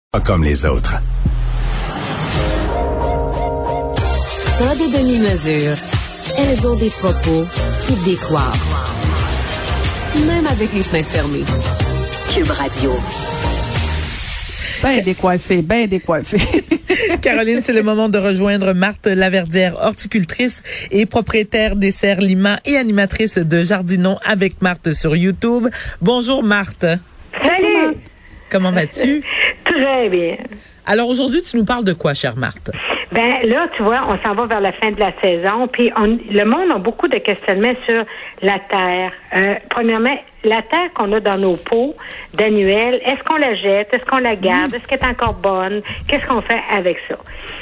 Pas comme les autres. Pas de demi-mesure. Elles ont des propos qui décoiffent. Même avec les fenêtres fermées. Cube Radio. Ben décoiffé. Caroline, c'est le moment de rejoindre Marthe Laverdière, horticultrice et propriétaire des Serres Lima et animatrice de Jardinon avec Marthe sur YouTube. Bonjour Marthe. Salut! Comment vas-tu? Très bien. Alors aujourd'hui, tu nous parles de quoi, chère Marthe? Ben là, tu vois, on s'en va vers la fin de la saison, puis le monde a beaucoup de questionnements sur la terre. Premièrement, la terre qu'on a dans nos pots d'annuels, est-ce qu'on la jette? Est-ce qu'on la garde? Est-ce qu'elle est encore bonne? Qu'est-ce qu'on fait avec ça?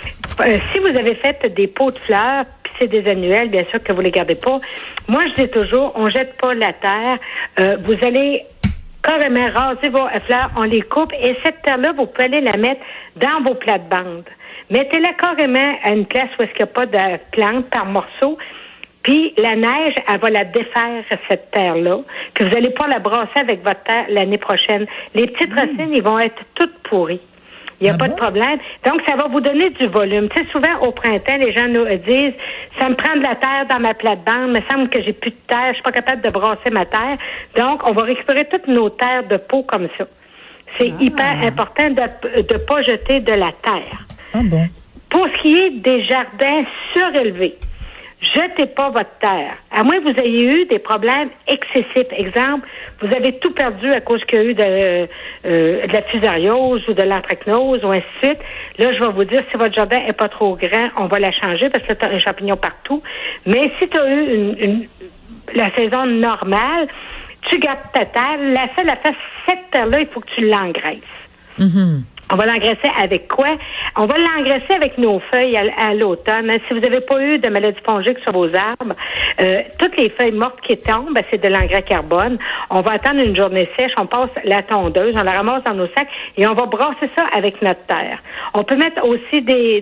Si vous avez fait des pots de fleurs, puis c'est des annuels, bien sûr que vous les gardez pas. Moi, je dis toujours, on jette pas la terre. Vous allez carrément raser vos fleurs, on les coupe, et cette terre-là, vous pouvez aller la mettre dans vos plates-bandes. Mettez-la carrément à une place où est-ce qu'il n'y a pas de plantes par morceaux, puis la neige, elle va la défaire, cette terre-là, puis vous n'allez pas la brasser avec votre terre l'année prochaine. Les petites racines, ils vont être toutes pourries. Il n'y a pas de problème. Donc, ça va vous donner du volume. Tu sais, souvent, au printemps, les gens nous disent, ça me prend de la terre dans ma plate-bande, me semble que j'ai plus de terre, je suis pas capable de brasser ma terre. Donc, on va récupérer toutes nos terres de peau comme ça. C'est hyper important de pas jeter de la terre. Ah bon? Pour ce qui est des jardins surélevés, jetez pas votre terre. À moins que vous ayez eu des problèmes excessifs. Exemple, vous avez tout perdu à cause qu'il y a eu de la fusariose ou de l'anthracnose ou ainsi de suite. Là, je vais vous dire, si votre jardin est pas trop grand, on va la changer parce que tu as un champignon partout. Mais si tu as eu la saison normale, tu gardes ta terre. La seule affaire, cette terre-là, il faut que tu l'engraisses. Mm-hmm. On va l'engraisser avec quoi? On va l'engraisser avec nos feuilles à l'automne. Si vous n'avez pas eu de maladie fongique sur vos arbres, toutes les feuilles mortes qui tombent, ben, c'est de l'engrais carbone. On va attendre une journée sèche, on passe la tondeuse, on la ramasse dans nos sacs et on va brasser ça avec notre terre. On peut mettre aussi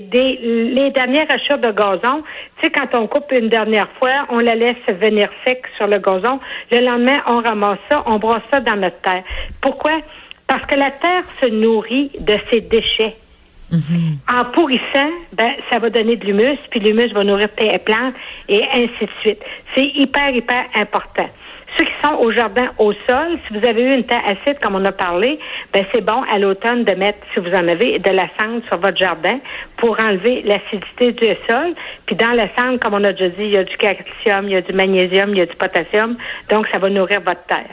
les dernières hachures de gazon. Tu sais, quand on coupe une dernière fois, on la laisse venir sec sur le gazon. Le lendemain, on ramasse ça, on brasse ça dans notre terre. Pourquoi? Parce que la terre se nourrit de ses déchets. Mm-hmm. En pourrissant, ben, ça va donner de l'humus, puis l'humus va nourrir tes plantes, et ainsi de suite. C'est hyper important. Ceux qui sont au jardin au sol, si vous avez eu une terre acide, comme on a parlé, ben, c'est bon à l'automne de mettre, si vous en avez, de la cendre sur votre jardin pour enlever l'acidité du sol. Puis dans la cendre, comme on a déjà dit, il y a du calcium, il y a du magnésium, il y a du potassium, donc ça va nourrir votre terre.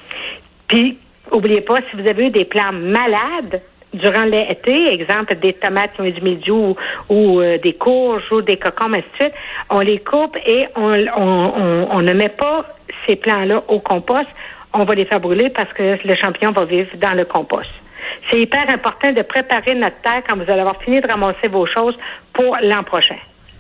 Puis, oubliez pas, si vous avez eu des plants malades durant l'été, exemple des tomates qui ont eu du mildiou ou des courges ou des cocombes, ainsi de suite, on les coupe et on ne met pas ces plants-là au compost. On va les faire brûler parce que le champignon va vivre dans le compost. C'est hyper important de préparer notre terre quand vous allez avoir fini de ramasser vos choses pour l'an prochain.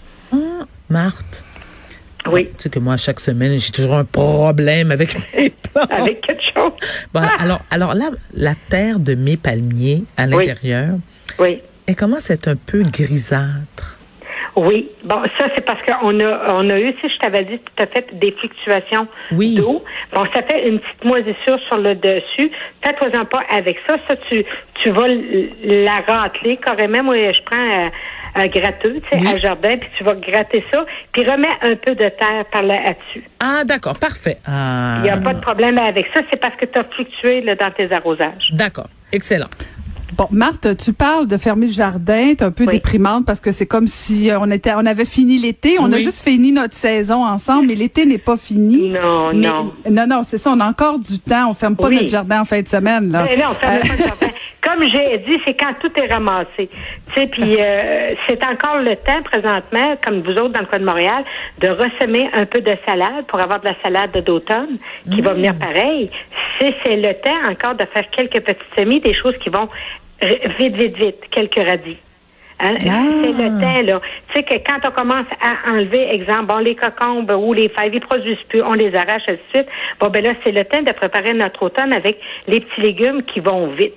Marthe. Oui. Tu sais que moi, chaque semaine, j'ai toujours un problème avec mes plantes. Avec quelque chose. Bon, alors là, la terre de mes palmiers à l'intérieur, elle commence à être un peu grisâtre. Oui. Bon, ça, c'est parce qu'on a eu, si je t'avais dit, tu as fait des fluctuations d'eau. Bon, ça fait une petite moisissure sur le dessus. Fais-toi-en pas avec ça. Ça, tu vas la râteler carrément. Moi, je prends un gratteux, tu sais, à jardin, puis tu vas gratter ça, puis remets un peu de terre par là-dessus. Ah, d'accord, parfait. Il n'y a pas de problème avec ça, c'est parce que tu as fluctué là, dans tes arrosages. D'accord, excellent. Bon, Marthe, tu parles de fermer le jardin, t'es un peu déprimante parce que c'est comme si on avait fini l'été, on a juste fini notre saison ensemble, mais l'été n'est pas fini. Non, c'est ça, on a encore du temps, on ferme pas notre jardin en fin de semaine, là. Mais non, on ferme pas le jardin. Comme j'ai dit, c'est quand tout est ramassé. Tu sais, puis c'est encore le temps présentement, comme vous autres dans le coin de Montréal, de ressemer un peu de salade pour avoir de la salade d'automne qui va venir pareil. C'est le temps encore de faire quelques petites semis, des choses qui vont vite, quelques radis. Hein? C'est le temps, là. Tu sais que quand on commence à enlever, exemple, bon, les cocombes ou les fèves, ils produisent plus, on les arrache, ainsi de suite. Bon, ben là, c'est le temps de préparer notre automne avec les petits légumes qui vont vite.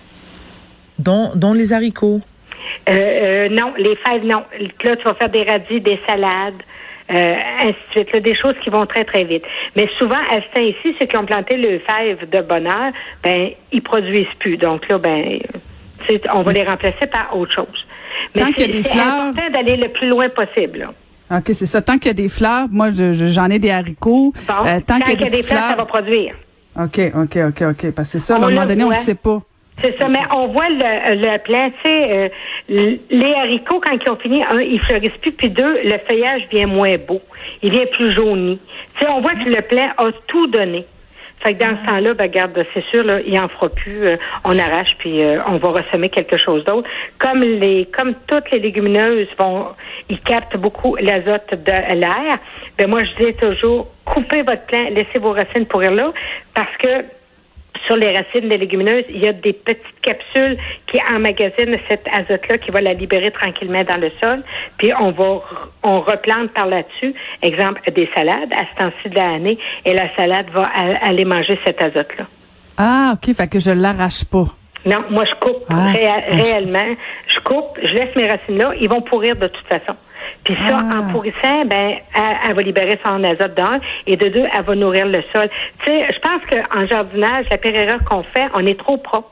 Dont les haricots? Non, les fèves, non. Là, tu vas faire des radis, des salades, ainsi de suite. Là, des choses qui vont très, très vite. Mais souvent, à ce temps-ci, ceux qui ont planté le fève de bonne heure, ben, ils produisent plus. Donc là, ben, On va les remplacer par autre chose. Mais tant qu'il y a des fleurs, important d'aller le plus loin possible. Là. OK, c'est ça. Tant qu'il y a des fleurs, moi, j'en ai des haricots. Bon, tant qu'il y a des fleurs, ça va produire. OK. Parce que c'est ça, à un moment donné, on ne sait pas. C'est ça, mais on voit le plant, tu sais, les haricots, quand ils ont fini, ils fleurissent plus, puis deux, le feuillage vient moins beau. Il vient plus jauni. Tu sais, on voit que le plant a tout donné. Fait que dans ce temps-là, regarde, c'est sûr, là, il en fera plus. On arrache, puis on va ressemer quelque chose d'autre. Comme toutes les légumineuses ils captent beaucoup l'azote de l'air. Ben moi, je dis toujours, coupez votre plant, laissez vos racines pourrir là, parce que sur les racines des légumineuses, il y a des petites capsules qui emmagasinent cet azote-là, qui va la libérer tranquillement dans le sol. Puis on replante par là-dessus, exemple, des salades à ce temps-ci de l'année, et la salade va aller manger cet azote-là. Ah, OK, fait que je l'arrache pas. Non, moi je coupe réellement. Je coupe, je laisse mes racines là, ils vont pourrir de toute façon. Puis ça, en pourrissant, elle va libérer son azote d'un, et de deux, elle va nourrir le sol. Tu sais, je pense qu'en jardinage, la pire erreur qu'on fait, on est trop propre.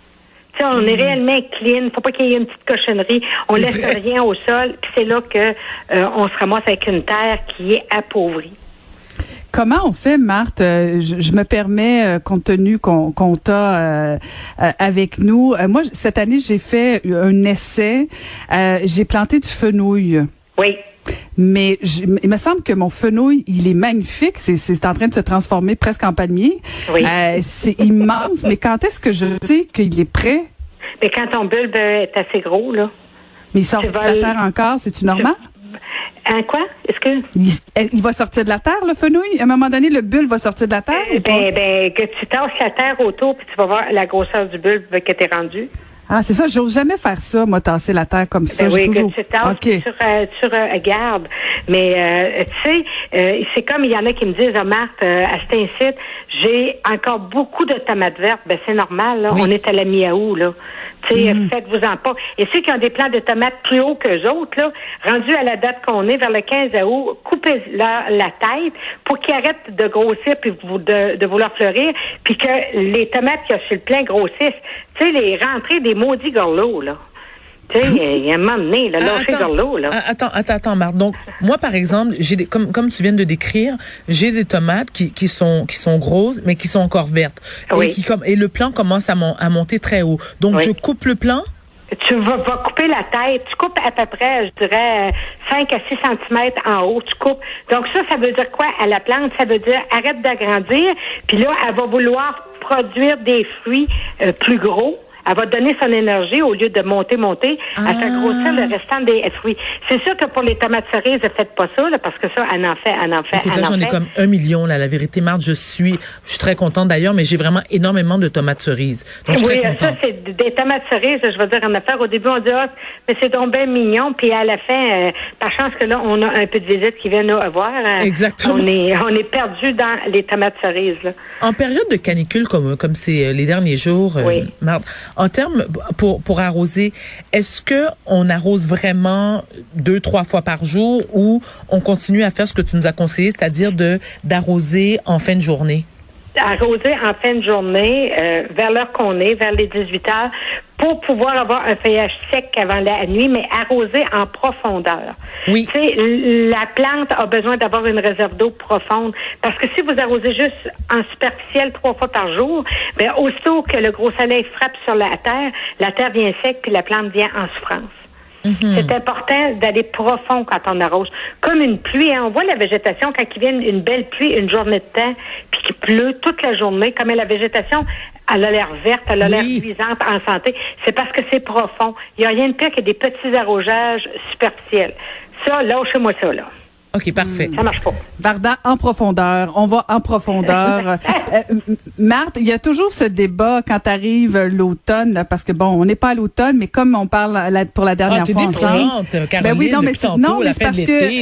Tu sais, on est réellement clean. Faut pas qu'il y ait une petite cochonnerie. On laisse rien au sol, puis c'est là que on se ramasse avec une terre qui est appauvrie. Comment on fait, Marthe? Je me permets, compte tenu qu'on t'a avec nous. Moi, cette année, j'ai fait un essai. J'ai planté du fenouil. Oui. Mais il me semble que mon fenouil, il est magnifique. C'est en train de se transformer presque en palmier. Oui. C'est immense. Mais quand est-ce que je sais qu'il est prêt? Mais quand ton bulbe est assez gros, là. Mais il sort de la terre encore, c'est-tu normal? Quoi? Est-ce que... Il va sortir de la terre, le fenouil? À un moment donné, le bulbe va sortir de la terre? Que tu tasses la terre autour, puis tu vas voir la grosseur du bulbe que t'es rendu. Ah, c'est ça. J'ose jamais faire ça, moi, tasser la terre comme ça. Oui, toujours... que tu tasses sur garde. Mais, tu sais, c'est comme il y en a qui me disent, Marthe, à cet incite, j'ai encore beaucoup de tomates vertes. Ben, c'est normal, là. Oui. On est à la mi-août, là. Tu sais, faites-vous-en pas. Et ceux qui ont des plants de tomates plus hauts qu'eux autres, là, rendus à la date qu'on est, vers le 15 août, coupez la tête pour qu'ils arrêtent de grossir puis de vouloir fleurir, puis que les tomates qu'il y a sur le plant grossissent. Tu sais, les rentrées des maudits gorlots, là. Tu sais, il y a un moment donné, là, lâcher gorlot, là. Attends, Marthe. Donc, moi, par exemple, j'ai comme tu viens de décrire, j'ai des tomates qui sont grosses, mais qui sont encore vertes. Oui. Et le plant commence à monter très haut. Donc, je coupe le plant? Tu vas couper la tête. Tu coupes à peu près, je dirais, 5 à 6 cm en haut. Tu coupes. Donc, ça veut dire quoi à la plante? Ça veut dire arrête d'agrandir. Puis là, elle va vouloir produire des fruits plus gros. Elle va donner son énergie au lieu de monter, à faire grossir le restant des fruits. C'est sûr que pour les tomates cerises, ne faites pas ça, là, parce que ça, elle en fait. Écoute, là, j'en ai comme 1 million, là, la vérité, Marthe. Je suis très contente d'ailleurs, mais j'ai vraiment énormément de tomates cerises. Donc, je suis très contente. Ça, c'est des tomates cerises, je veux dire, en affaire. Au début, on dit, mais c'est donc bien mignon. Puis à la fin, par chance que là, on a un peu de visite qui vient nous voir. Exactement. On est perdu dans les tomates cerises, là. En période de canicule, comme c'est les derniers jours, Marthe, en termes pour arroser, est-ce que on arrose vraiment 2-3 fois par jour ou on continue à faire ce que tu nous as conseillé, c'est-à-dire d'arroser en fin de journée? Arroser en fin de journée, vers l'heure qu'on est, vers les 18 heures, pour pouvoir avoir un feuillage sec avant la nuit, mais arroser en profondeur. Oui. Tu sais, la plante a besoin d'avoir une réserve d'eau profonde, parce que si vous arrosez juste en superficiel 3 fois par jour, ben aussitôt que le gros soleil frappe sur la terre vient sec, puis la plante vient en souffrance. Mm-hmm. C'est important d'aller profond quand on arrose. Comme une pluie, hein. On voit la végétation quand il vient une belle pluie, une journée de temps, puis qu'il pleut toute la journée, comme la végétation, elle a l'air verte, elle a l'air luisante, en santé. C'est parce que c'est profond. Il n'y a rien de pire que des petits arrosages superficiels. Ça, lâchez-moi ça, là. OK, parfait. Ça marche pas. Varda, en profondeur. On va en profondeur. Marthe, il y a toujours ce débat quand arrive l'automne, là, parce que bon, on n'est pas à l'automne, mais comme on parle pour la dernière fois ensemble. Ben oui, non, mais c'est parce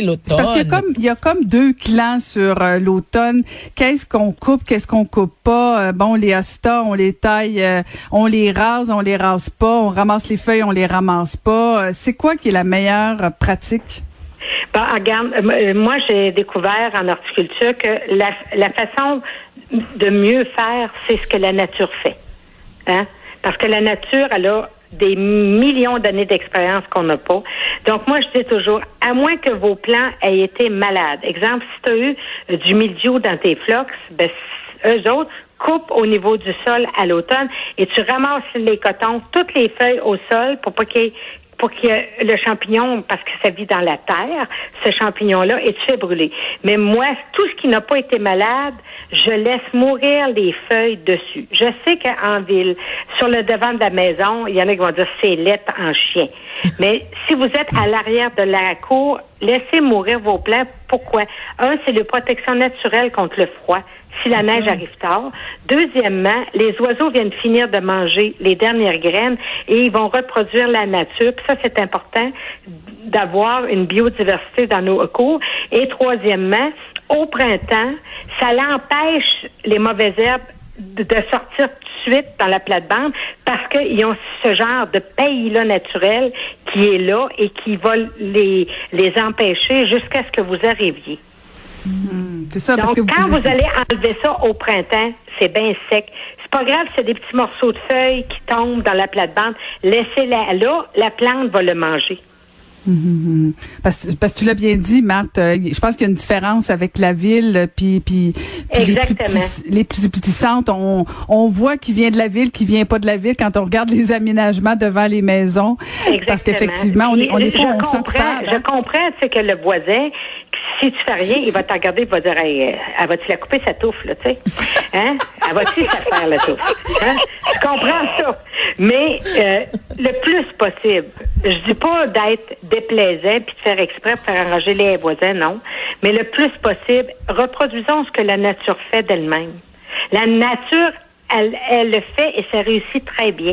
que il y a comme deux clans sur l'automne. Qu'est-ce qu'on coupe pas? Bon, les hostas, on les taille, on les rase pas, on ramasse les feuilles, on les ramasse pas. C'est quoi qui est la meilleure pratique? Ben, regarde, moi, j'ai découvert en horticulture que la façon de mieux faire, c'est ce que la nature fait. Hein? Parce que la nature, elle a des millions d'années d'expérience qu'on n'a pas. Donc, moi, je dis toujours, à moins que vos plants aient été malades. Exemple, si tu as eu du mildiou dans tes phlox, ben, eux autres coupent au niveau du sol à l'automne et tu ramasses les cotons, toutes les feuilles au sol pour que le champignon, parce que ça vit dans la terre, ce champignon-là, et tu fais brûler. Mais moi, tout ce qui n'a pas été malade, je laisse mourir les feuilles dessus. Je sais qu'en ville, sur le devant de la maison, il y en a qui vont dire c'est laid en chien. Mais si vous êtes à l'arrière de la cour, laissez mourir vos plants. Pourquoi? Un, c'est la protection naturelle contre le froid, si la neige arrive tard. Deuxièmement, les oiseaux viennent finir de manger les dernières graines et ils vont reproduire la nature. Puis ça, c'est important d'avoir une biodiversité dans nos cours. Et troisièmement, au printemps, ça l'empêche les mauvaises herbes de sortir tout de suite dans la plate-bande parce qu'ils ont ce genre de pays-là naturel qui est là et qui va les empêcher jusqu'à ce que vous arriviez. C'est ça. Donc, parce que quand vous allez enlever ça au printemps, c'est bien sec. C'est pas grave, c'est des petits morceaux de feuilles qui tombent dans la plate-bande. Laissez-la là, la plante va le manger. Parce que tu l'as bien dit, Marthe, je pense qu'il y a une différence avec la ville puis les plus petits centres. On voit qui vient de la ville, qui vient pas de la ville quand on regarde les aménagements devant les maisons. Exactement. Parce qu'effectivement, on sent coupable. Je comprends, c'est que le voisin, si tu fais rien, il va te regarder, il va dire, hey, elle va-tu la couper sa touffe, là, tu sais? Hein? Elle va-tu la faire, la touffe? Hein? Je comprends ça. Mais, le plus possible, je dis pas d'être déplaisant puis de faire exprès pour faire enrager les voisins, non. Mais le plus possible, reproduisons ce que la nature fait d'elle-même. La nature, elle le fait et ça réussit très bien.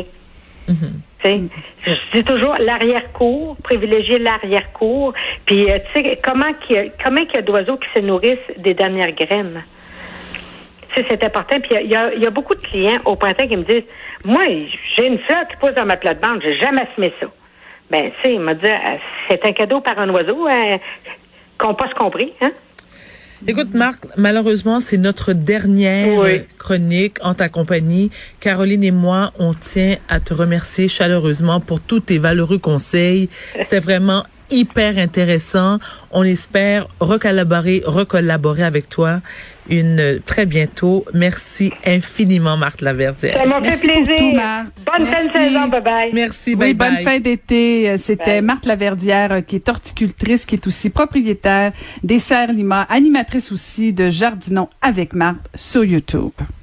Je dis toujours l'arrière-cour, privilégier l'arrière-cour. Puis, tu sais, comment qu'il y a d'oiseaux qui se nourrissent des dernières graines? Tu sais, c'est important. Puis, il y a beaucoup de clients au printemps qui me disent, moi, j'ai une fleur qui pousse dans ma plate-bande, j'ai jamais semé ça. Ben, tu sais, il m'a dit, c'est un cadeau par un oiseau, qu'on passe compris, hein? Écoute, Marc, malheureusement, c'est notre dernière chronique en ta compagnie. Caroline et moi, on tient à te remercier chaleureusement pour tous tes valeureux conseils. C'était vraiment hyper intéressant. On espère recollaborer avec toi très bientôt. Merci infiniment, Marthe Laverdière. Ça m'a fait plaisir. Tout, Marthe. Bonne fin de saison, bye-bye. Merci, bye-bye. Bonne fin d'été. C'était Marthe Laverdière, qui est horticultrice, qui est aussi propriétaire des Serres Lima, animatrice aussi de Jardinons avec Marthe sur YouTube.